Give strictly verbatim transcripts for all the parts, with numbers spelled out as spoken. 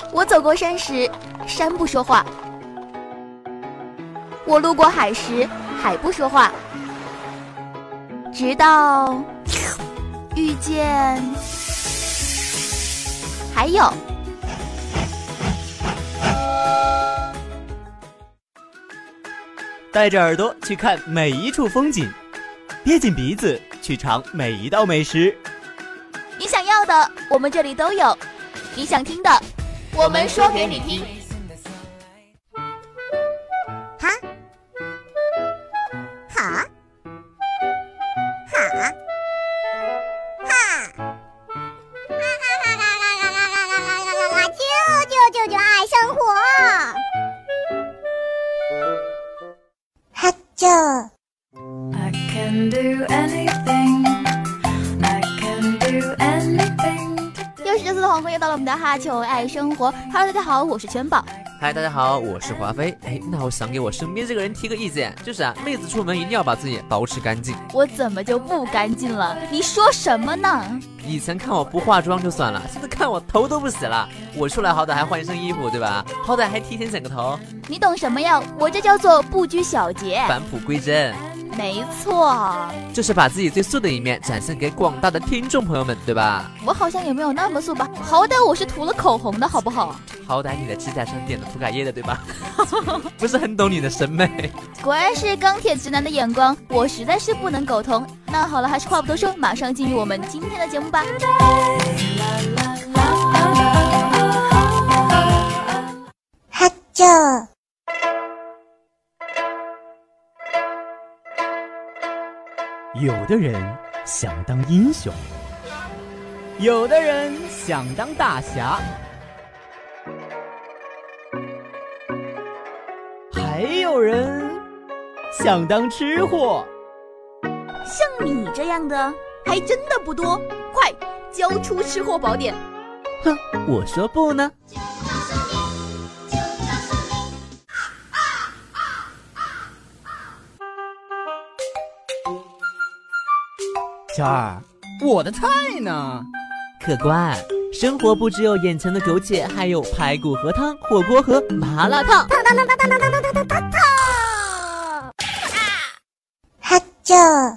我走过山时，山不说话；我路过海时，海不说话。直到遇见，还有。 带着耳朵去看每一处风景，憋紧鼻子去尝每一道美食。 你想要的，我们这里都有；你想听的，我们说给你听。 哈，哈，哈，哈，哈哈哈哈哈哈哈哈哈哈！啾啾啾啾，爱生活。哈啾。 I can do anything. I can do anything. 又是这次的黄昏，又到了我们的哈球爱生活。Hello， 大家好，我是全宝。 嗨，大家好，我是华妃。哎，那我想给我身边这个人提个意见，就是啊，妹子出门一定要把自己保持干净。 我怎么就不干净了？你说什么呢？ 以前看我不化妆就算了，现在看我头都不洗了。我出来好歹还换一身衣服，对吧？好歹还提前剪个头。 你懂什么呀？我这叫做不拘小节， 返璞归真。 没错， 就是把自己最素的一面展现给广大的听众朋友们，对吧？ 我好像也没有那么素吧，好歹我是涂了口红的好不好？ 好歹你的指甲上点了涂改液的，对吧？不是很懂你的审美。 果然是钢铁直男的眼光，我实在是不能苟同。那好了，还是话不多说，马上进入我们今天的节目吧。 哈啾。 有的人想当英雄，有的人想当大侠，还有人想当吃货。 像你这样的还真的不多，快交出吃货宝典。 哼，我说不呢。小二，我的菜呢？ 客官，生活不只有眼前的苟且，还有排骨和汤、火锅和麻辣烫。 烫烫烫烫烫烫烫烫烫烫烫！哈啾。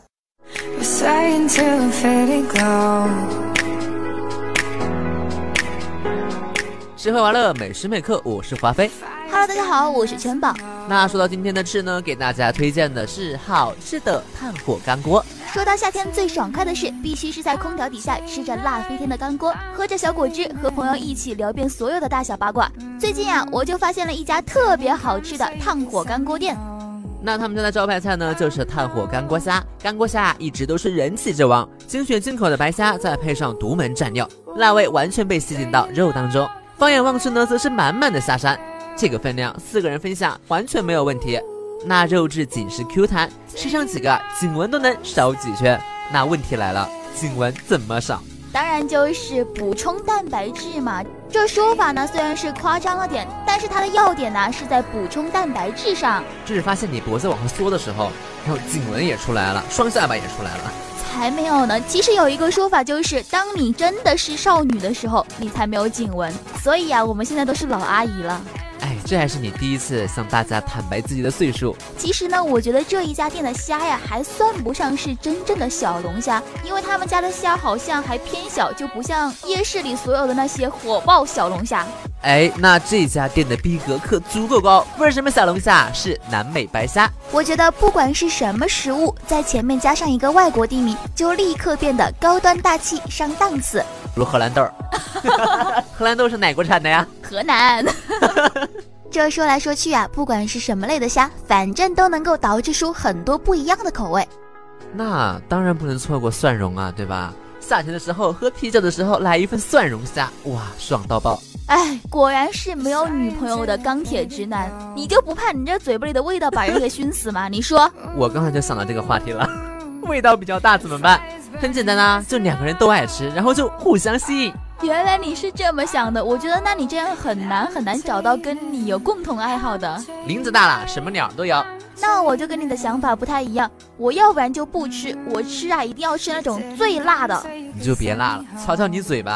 吃喝玩乐，每时每刻，我是华妃。 Hello， 大家好，我是全宝。 那说到今天的吃呢，给大家推荐的是好吃的炭火干锅。 说到夏天最爽快的事，必须是在空调底下吃着辣飞天的干锅，喝着小果汁，和朋友一起聊遍所有的大小八卦。最近啊，我就发现了一家特别好吃的炭火干锅店。 那他们家的招牌菜呢，就是炭火干锅虾。干锅虾一直都是人气之王，精选进口的白虾，再配上独门蘸料，辣味完全被吸进到肉当中。放眼望去呢，则是满满的虾山。这个分量，四个人分享完全没有问题。那肉质紧实 Q 弹，吃上几个颈纹都能少几圈。那问题来了，颈纹怎么少？ 当然就是补充蛋白质嘛。这说法呢虽然是夸张了点，但是它的要点呢是在补充蛋白质上。 就是发现你脖子往后缩的时候，然后颈纹也出来了，双下巴也出来了。 才没有呢。其实有一个说法，就是当你真的是少女的时候，你才没有颈纹。所以啊，我们现在都是老阿姨了。 哎，这还是你第一次向大家坦白自己的岁数。 其实呢，我觉得这一家店的虾呀，还算不上是真正的小龙虾，因为他们家的虾好像还偏小，就不像夜市里所有的那些火爆小龙虾。 哎，那这家店的逼格可足够高。为什么小龙虾是南美白虾？ 我觉得不管是什么食物，在前面加上一个外国地名，就立刻变得高端大气上档次。 如荷兰豆荷兰豆是哪国产的呀？ 河南这说来说去啊，不管是什么类的虾，反正都能够导致出很多不一样的口味。 那当然不能错过蒜蓉啊，对吧？夏天的时候喝啤酒的时候来一份蒜蓉虾，哇，爽到爆！ 哎，果然是没有女朋友的钢铁直男，你就不怕你这嘴巴里的味道把人给熏死吗？你说？ 我刚才就想到这个话题了，味道比较大怎么办？很简单啊，就两个人都爱吃，然后就互相吸引。 原来你是这么想的，我觉得那你这样很难很难找到跟你有共同爱好的。 林子大了，什么鸟都有。 那我就跟你的想法不太一样，我要不然就不吃，我吃啊一定要吃那种最辣的。 你就别辣了，瞧瞧你嘴巴。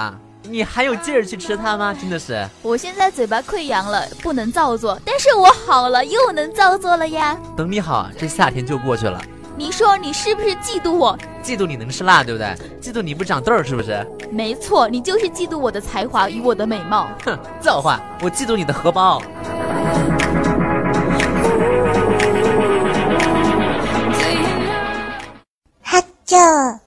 你还有劲儿去吃它吗？真的是， 我现在嘴巴溃疡了，不能造作，但是我好了，又能造作了呀。 等你好，这夏天就过去了。 你说你是不是嫉妒我？ 嫉妒你能吃辣，对不对？嫉妒你不长痘儿，是不是？ 没错，你就是嫉妒我的才华与我的美貌。 哼，造化，我嫉妒你的荷包。 哈啾。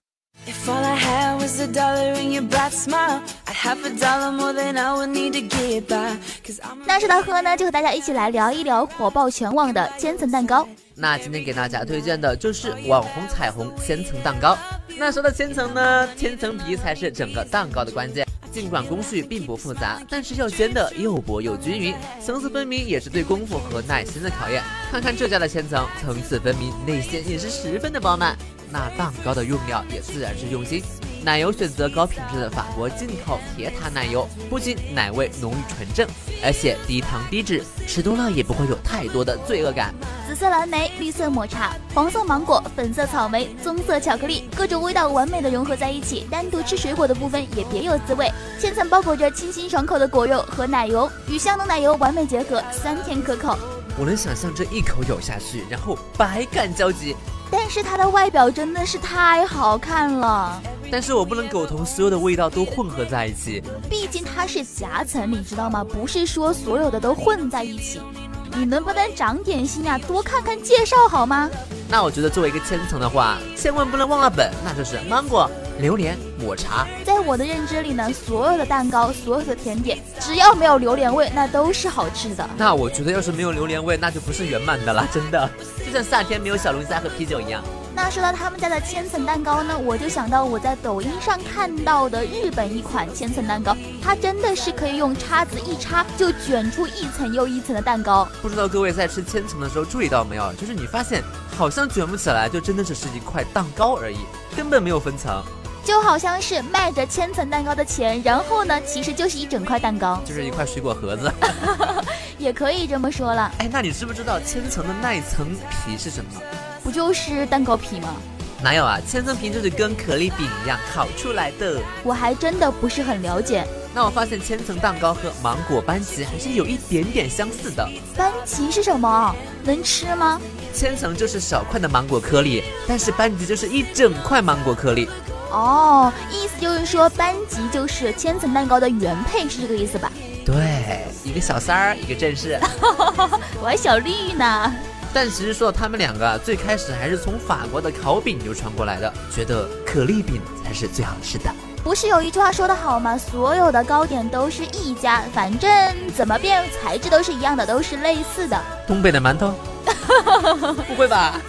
If all I had was a dollar and your bright smile, I'd have a dollar more than I would need to get by. 那说到喝呢，就和大家一起来聊一聊火爆全网的千层蛋糕。 那今天给大家推荐的就是网红彩虹千层蛋糕。那说到千层呢，千层皮才是整个蛋糕的关键。尽管工序并不复杂，但是要煎得又薄又均匀，层次分明也是对功夫和耐心的考验。看看这家的千层，层次分明，内馅也是十分的饱满。那蛋糕的用料也自然是用心，奶油选择高品质的法国进口铁塔奶油，不仅奶味浓郁纯正，而且低糖低脂，吃多了也不会有太多的罪恶感。 紫色蓝莓、绿色抹茶、黄色芒果、粉色草莓、棕色巧克力，各种味道完美的融合在一起，单独吃水果的部分也别有滋味。千层包裹着清新爽口的果肉和奶油，与香浓奶油完美结合，酸甜可口。 我能想象这一口咬下去，然后百感交集。 但是它的外表真的是太好看了， 但是我不能苟同所有的味道都混合在一起， 毕竟它是夹层，你知道吗？不是说所有的都混在一起。你能不能长点心呀、啊？多看看介绍好吗？ 那我觉得作为一个千层的话，千万不能忘了本，那就是芒果、榴莲、抹茶。在我的认知里呢，所有的蛋糕、所有的甜点，只要没有榴莲味，那都是好吃的。 那我觉得要是没有榴莲味，那就不是圆满的了，真的，就像夏天没有小龙虾和啤酒一样。 那说到他们家的千层蛋糕呢，我就想到我在抖音上看到的日本一款千层蛋糕，它真的是可以用叉子一插就卷出一层又一层的蛋糕。 不知道各位在吃千层的时候注意到没有，就是你发现好像卷不起来，就真的只是一块蛋糕而已，根本没有分层， 就好像是卖着千层蛋糕的钱，然后呢其实就是一整块蛋糕， 就是一块水果盒子也可以这么说了。 哎，那你知不知道千层的那一层皮是什么？ 不就是蛋糕皮吗？ 哪有啊，千层皮就是跟可丽饼一样烤出来的。 我还真的不是很了解。 那我发现千层蛋糕和芒果班戟还是有一点点相似的。 班戟是什么？能吃吗？ 千层就是小块的芒果颗粒，但是班戟就是一整块芒果颗粒。 哦，意思就是说班戟就是千层蛋糕的原配，是这个意思吧？ 对，一个小三儿，一个正室。 我还小绿呢。 但其实说他们两个最开始还是从法国的烤饼流传过来的，觉得可丽饼才是最好吃的。 不是有一句话说得好吗？所有的糕点都是一家，反正怎么变材质都是一样的，都是类似的。 东北的馒头？不会吧？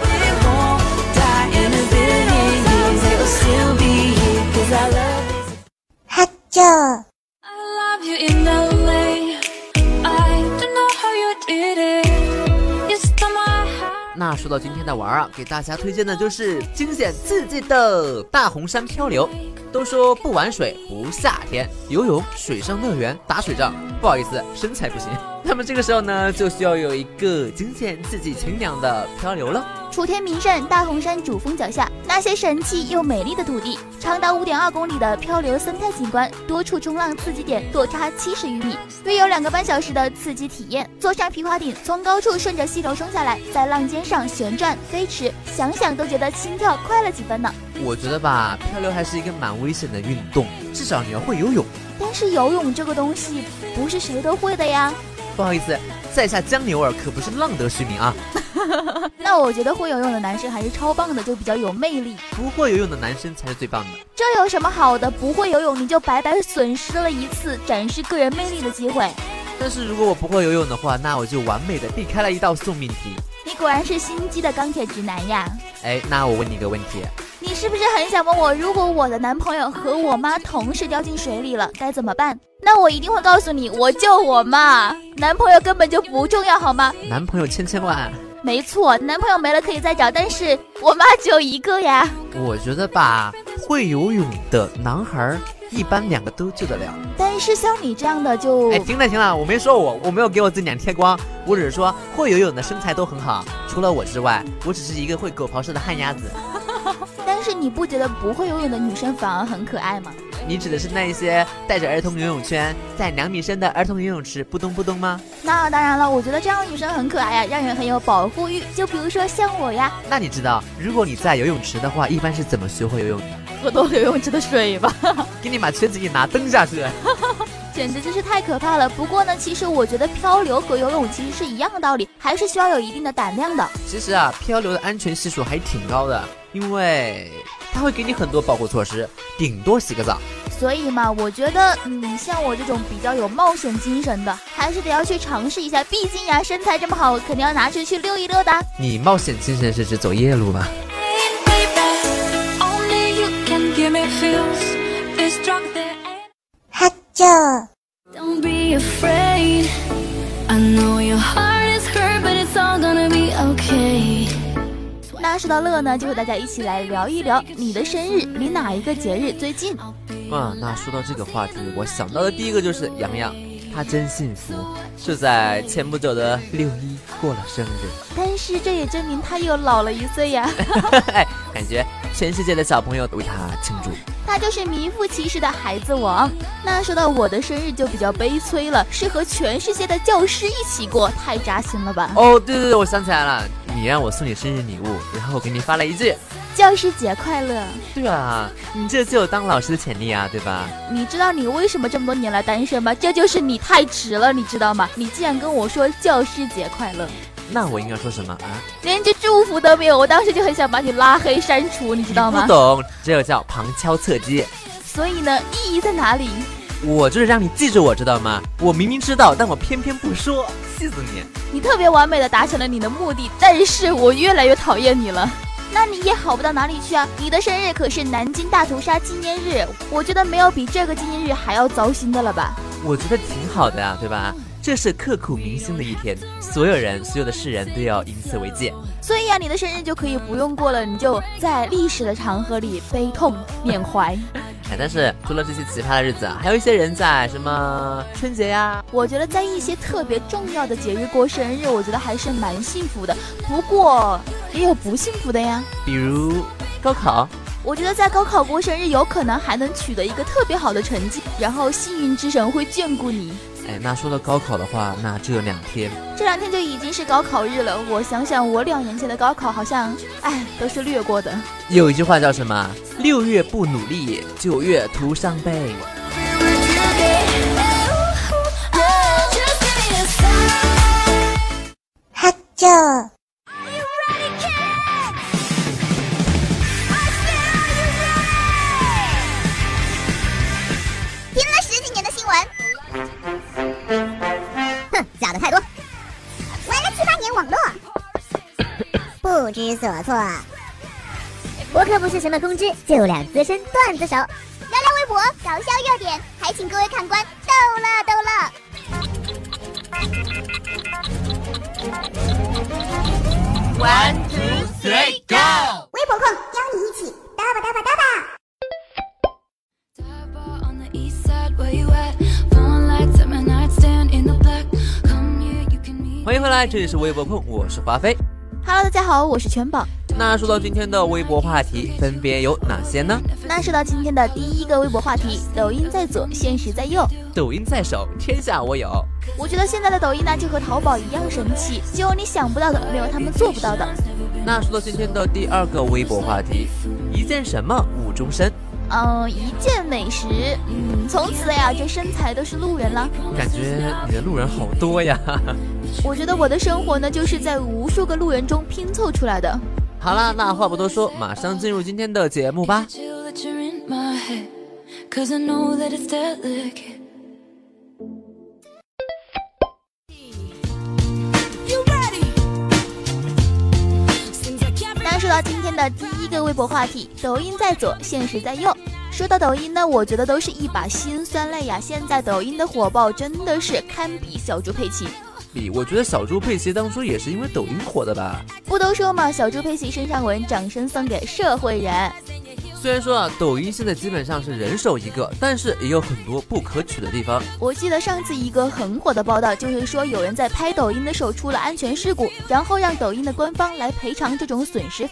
哈啾。 那说到今天的玩啊，给大家推荐的就是惊险刺激的大红山漂流。都说不玩水不夏天，游泳、水上乐园、打水仗，不好意思，身材不行。那么这个时候呢，就需要有一个惊险刺激清凉的漂流了。 楚天名胜大红山主峰脚下，那些神奇又美丽的土地，长达五点二公里的漂流生态景观，多处冲浪刺激点落差七十余米，约有两个半小时的刺激体验。坐上皮划艇，从高处顺着溪流冲下来，在浪尖上旋转飞驰，想想都觉得心跳快了几分呢。 我觉得吧，漂流还是一个蛮危险的运动，至少你要会游泳。 但是游泳这个东西不是谁都会的呀。 不好意思，在下江牛儿可不是浪得虚名啊。 那我觉得会游泳的男生还是超棒的，就比较有魅力。 不会游泳的男生才是最棒的。 这有什么好的？不会游泳你就白白损失了一次展示个人魅力的机会。 但是如果我不会游泳的话，那我就完美的避开了一道送命题。 你果然是心机的钢铁直男呀。 哎，那我问你一个问题， 你是不是很想问我，如果我的男朋友和我妈同时掉进水里了该怎么办？那我一定会告诉你，我救我妈，男朋友根本就不重要好吗？ 男朋友千千万。 没错，男朋友没了可以再找，但是我妈只有一个呀。 我觉得吧，会游泳的男孩一般两个都救得了， 但是像你这样的就…… 哎，停了停了，我没说我，我没有给我自己俩贴光，我只是说会游泳的身材都很好，除了我之外，我只是一个会狗刨式的旱鸭子。 但是你不觉得不会游泳的女生反而很可爱吗？ 你指的是那一些带着儿童游泳圈在两米深的儿童游泳池扑通扑通吗？ 那当然了，我觉得这样的女生很可爱呀，让人很有保护欲。就比如说像我呀。 那你知道，如果你在游泳池的话，一般是怎么学会游泳的？ 喝多了游泳池的水吧。 给你把圈子一拿，蹬下去。 简直真是太可怕了。不过呢，其实我觉得漂流和游泳其实是一样的道理，还是需要有一定的胆量的。 其实啊，漂流的安全系数还挺高的，因为它会给你很多保护措施，顶多洗个澡。 所以嘛，我觉得，嗯，像我这种比较有冒险精神的，还是得要去尝试一下。毕竟呀，身材这么好，肯定要拿出去溜一溜的。你冒险精神是指走夜路吧？ 哈啾。 Don't be afraid. I know your heart is hurt, but it's all gonna be okay. 那说到乐呢，就和大家一起来聊一聊你的生日离哪一个节日最近啊？那说到这个话题，我想到的第一个就是洋洋，她真幸福，就在前不久的六一过了生日。 但是这也证明她又老了一岁呀。 感觉全世界的小朋友都为她庆祝。 他就是名副其实的孩子王。那说到我的生日就比较悲催了，是和全世界的教师一起过，太扎心了吧。 哦，对对对，我想起来了，你让我送你生日礼物，然后我给你发了一句教师节快乐。 对啊，你这就有当老师的潜力啊，对吧？ 你知道你为什么这么多年来单身吗？这就是你太迟了，你知道吗？你竟然跟我说教师节快乐， 那我应该说什么啊？ 连句祝福都没有，我当时就很想把你拉黑删除，你知道吗？ 你不懂，这个叫旁敲侧击。 所以呢，意义在哪里？ 我就是让你记住我，知道吗？我明明知道，但我偏偏不说，气死你！ 你特别完美的达成了你的目的，但是我越来越讨厌你了。那你也好不到哪里去啊！你的生日可是南京大屠杀纪念日，我觉得没有比这个纪念日还要糟心的了吧？ 我觉得挺好的呀，对吧？这是刻骨铭心的一天，所有人所有的世人都要以此为戒。 所以啊，你的生日就可以不用过了，你就在历史的长河里悲痛缅怀。 哎，但是除了这些奇葩的日子啊，还有一些人在什么春节呀？ 我觉得在一些特别重要的节日过生日，我觉得还是蛮幸福的。不过也有不幸福的呀， 比如高考。 我觉得在高考过生日，有可能还能取得一个特别好的成绩，然后幸运之神会眷顾你。 哎，那说到高考的话，那这两天， 这两天就已经是高考日了。我想想，我两年前的高考好像，哎，都是略过的。 有一句话叫什么？六月不努力，九月徒伤悲。 哈啾。听了十几年的新闻。哼，假的太多，玩了七八年网络，不知所措。我可不是什么公知，就两资深段子手，聊聊微博搞笑热点，还请各位看官逗乐逗乐。 One two three go！ 微博控邀你一起嘚吧嘚吧嘚吧。 欢迎回来，这里是微博控，我是华妃。 Hello， 大家好，我是全宝。 那说到今天的微博话题，分别有哪些呢？ 那说到今天的第一个微博话题，抖音在左，现实在右。 抖音在手，天下我有。 我觉得现在的抖音呢，就和淘宝一样神奇，只有你想不到的，没有他们做不到的。 那说到今天的第二个微博话题，一件什么误终身？ 嗯，一件美食，嗯，从此呀，这身材都是路人了。 感觉你的路人好多呀。 我觉得我的生活呢，就是在无数个路人中拼凑出来的。 好了，那话不多说，马上进入今天的节目吧。 那说到今天的第一个微博话题，抖音在左，现实在右。说到抖音呢，我觉得都是一把辛酸泪呀。现在抖音的火爆真的是堪比小猪佩奇。 比我觉得小猪佩奇当初也是因为抖音火的吧？ 不都说嘛，小猪佩奇身上纹，掌声送给社会人。 虽然说啊，抖音现在基本上是人手一个，但是也有很多不可取的地方。 我记得上次一个很火的报道，就是说有人在拍抖音的时候出了安全事故，然后让抖音的官方来赔偿这种损失费。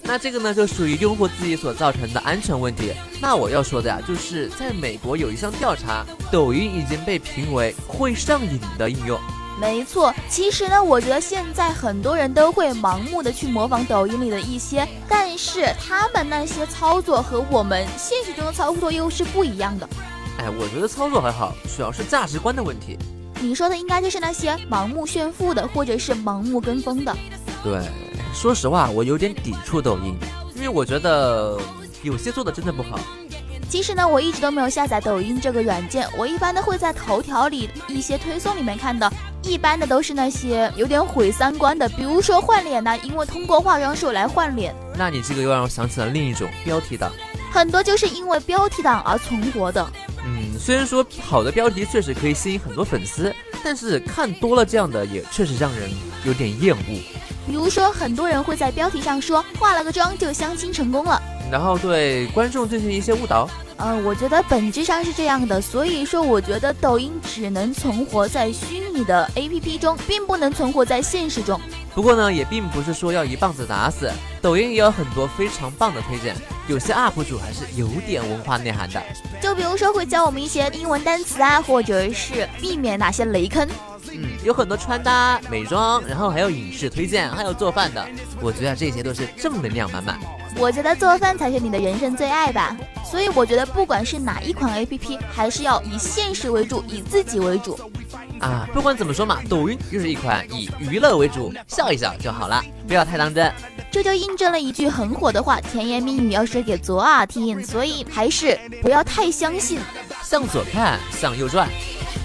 那这个呢就属于用户自己所造成的安全问题。那我要说的呀，就是在美国有一项调查，抖音已经被评为会上瘾的应用。 没错，其实呢，我觉得现在很多人都会盲目的去模仿抖音里的一些，但是他们那些操作和我们现实中的操作又是不一样的。 哎，我觉得操作还好，主要是价值观的问题。 你说的应该就是那些盲目炫富的，或者是盲目跟风的。 对，说实话，我有点抵触抖音，因为我觉得有些做的真的不好。 其实呢，我一直都没有下载抖音这个软件，我一般都会在头条里一些推送里面看到，一般的都是那些有点毁三观的，比如说换脸呐、啊，因为通过化妆术来换脸。 那你这个又让我想起了另一种标题党， 很多就是因为标题党而存活的。 嗯，虽然说好的标题确实可以吸引很多粉丝，但是看多了这样的也确实让人有点厌恶。 比如说，很多人会在标题上说化了个妆就相亲成功了， 然后对观众进行一些误导。 呃，我觉得本质上是这样的，所以说我觉得抖音只能存活在虚拟的 A P P 中，并不能存活在现实中。 不过呢，也并不是说要一棒子打死，抖音也有很多非常棒的推荐，有些 U P 主还是有点文化内涵的。 就比如说会教我们一些英文单词啊，或者是避免哪些雷坑。 嗯，有很多穿搭、美妆，然后还有影视推荐，还有做饭的，我觉得这些都是正能量满满。 我觉得做饭才是你的人生最爱吧，所以我觉得不管是哪一款 A P P， 还是要以现实为主，以自己为主。 啊，不管怎么说嘛，抖音就是一款以娱乐为主，笑一笑就好了，不要太当真。 这就印证了一句很火的话，甜言蜜语要说给左耳听，所以还是不要太相信。 向左看，向右转。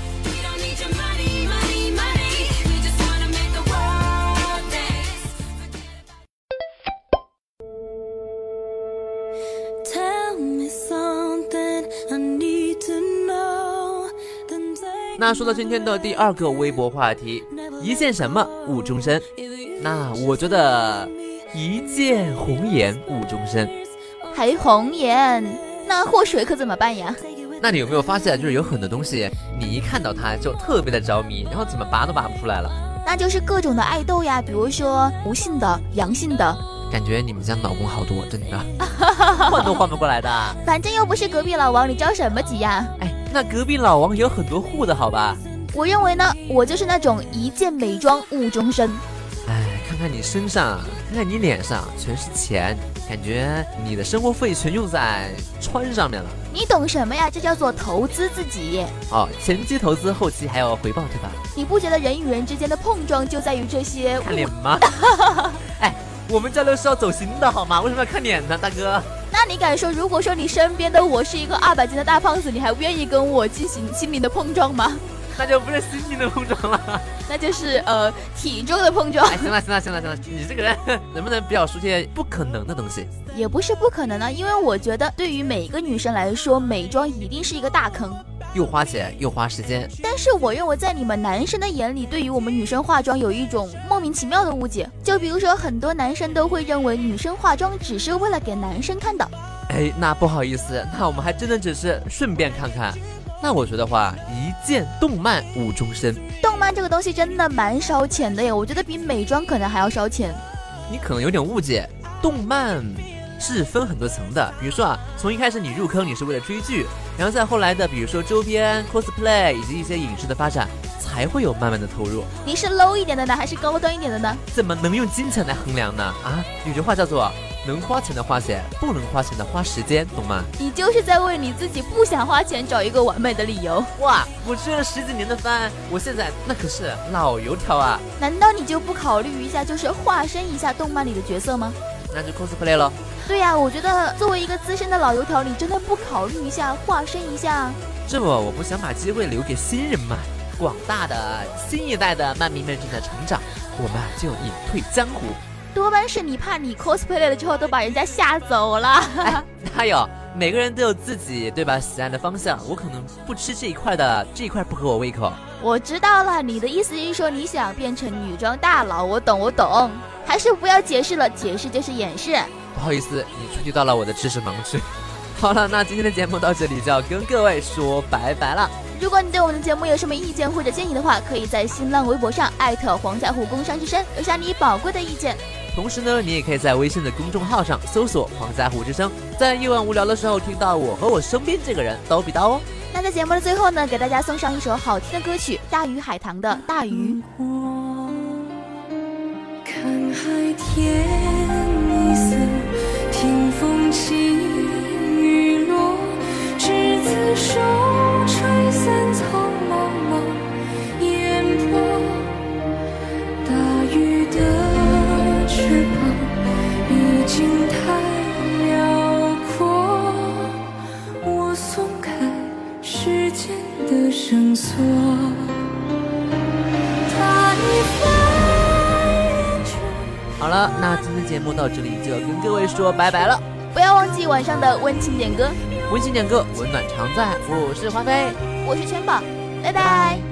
那说到今天的第二个微博话题，一见什么误终身。那我觉得一见红颜误终身。 还红颜，那祸水可怎么办呀？ 那你有没有发现，就是有很多东西你一看到它就特别的着迷，然后怎么拔都拔不出来了？ 那就是各种的爱豆呀，比如说无性的、阳性的。 感觉你们家老公好多，真的换都换不过来的。 反正又不是隔壁老王，你着什么急呀？ 哎，那隔壁老王有很多户的好吧？ 我认为呢，我就是那种一见美妆误终身。 哎，看看你身上，看看你脸上，全是钱，感觉你的生活费全用在穿上面了。 你懂什么呀？这叫做投资自己。 哦，前期投资，后期还要回报，对吧？ 你不觉得人与人之间的碰撞就在于这些？ 看脸吗？哎，我们交流是要走心的好吗？为什么要看脸呢，大哥？ 那你敢说，如果说你身边的我是一个二百斤的大胖子，你还愿意跟我进行心灵的碰撞吗？ 那就不是心灵的碰撞了， 那就是呃体重的碰撞。 哎，行了行了行了行了，你这个人能不能不要说些不可能的东西？ 也不是不可能啊，因为我觉得对于每一个女生来说，美妆一定是一个大坑， 又花钱又花时间。 但是我认为在你们男生的眼里，对于我们女生化妆有一种莫名其妙的误解，就比如说很多男生都会认为女生化妆只是为了给男生看的。 哎，那不好意思，那我们还真的只是顺便看看。那我觉得话，一见动漫误终身。 动漫这个东西真的蛮烧钱的耶，我觉得比美妆可能还要烧钱。 你可能有点误解，动漫是分很多层的。比如说啊，从一开始你入坑你是为了追剧，然后再后来的比如说周边 cosplay 以及一些影视的发展，才会有慢慢的投入。 你是 low 一点的呢，还是高端一点的呢？ 怎么能用金钱来衡量呢？啊，有句话叫做能花钱的花钱，不能花钱的花时间，懂吗？ 你就是在为你自己不想花钱找一个完美的理由。 哇，我吃了十几年的饭，我现在那可是老油条啊！ 难道你就不考虑一下，就是化身一下动漫里的角色吗？ 那就 cosplay 咯。 对呀、啊，我觉得作为一个资深的老油条，你真的不考虑一下化身一下？ 这不，我不想把机会留给新人嘛。广大的新一代的漫迷们正在成长，我们就隐退江湖。 多半是你怕你 cosplay 了之后都把人家吓走了。 哎，哪有？每个人都有自己对吧喜爱的方向，我可能不吃这一块的，这一块不合我胃口。 我知道了，你的意思是说你想变成女装大佬，我懂我懂，还是不要解释了，解释就是掩饰。 不好意思，你触及到了我的知识盲区。好了，那今天的节目到这里就要跟各位说拜拜了。 如果你对我们的节目有什么意见或者建议的话，可以在新浪微博上艾特黄家湖工商之声留下你宝贵的意见。 同时呢，你也可以在微信的公众号上搜索黄家湖之声，在夜晚无聊的时候听到我和我身边这个人都比到哦。 那在节目的最后呢，给大家送上一首好听的歌曲，大鱼海棠的《大鱼》。 看海天一色，听风起雨落，执子手，吹散苍茫茫烟波。大鱼的翅膀已经太辽阔，我松开时间的绳索。他已翻越着。 好了，那今天节目到这里就要跟各位说拜拜了。 不要忘记晚上的温情点歌， 温馨点歌，温暖常在。我是华妃， 我是全宝，拜拜。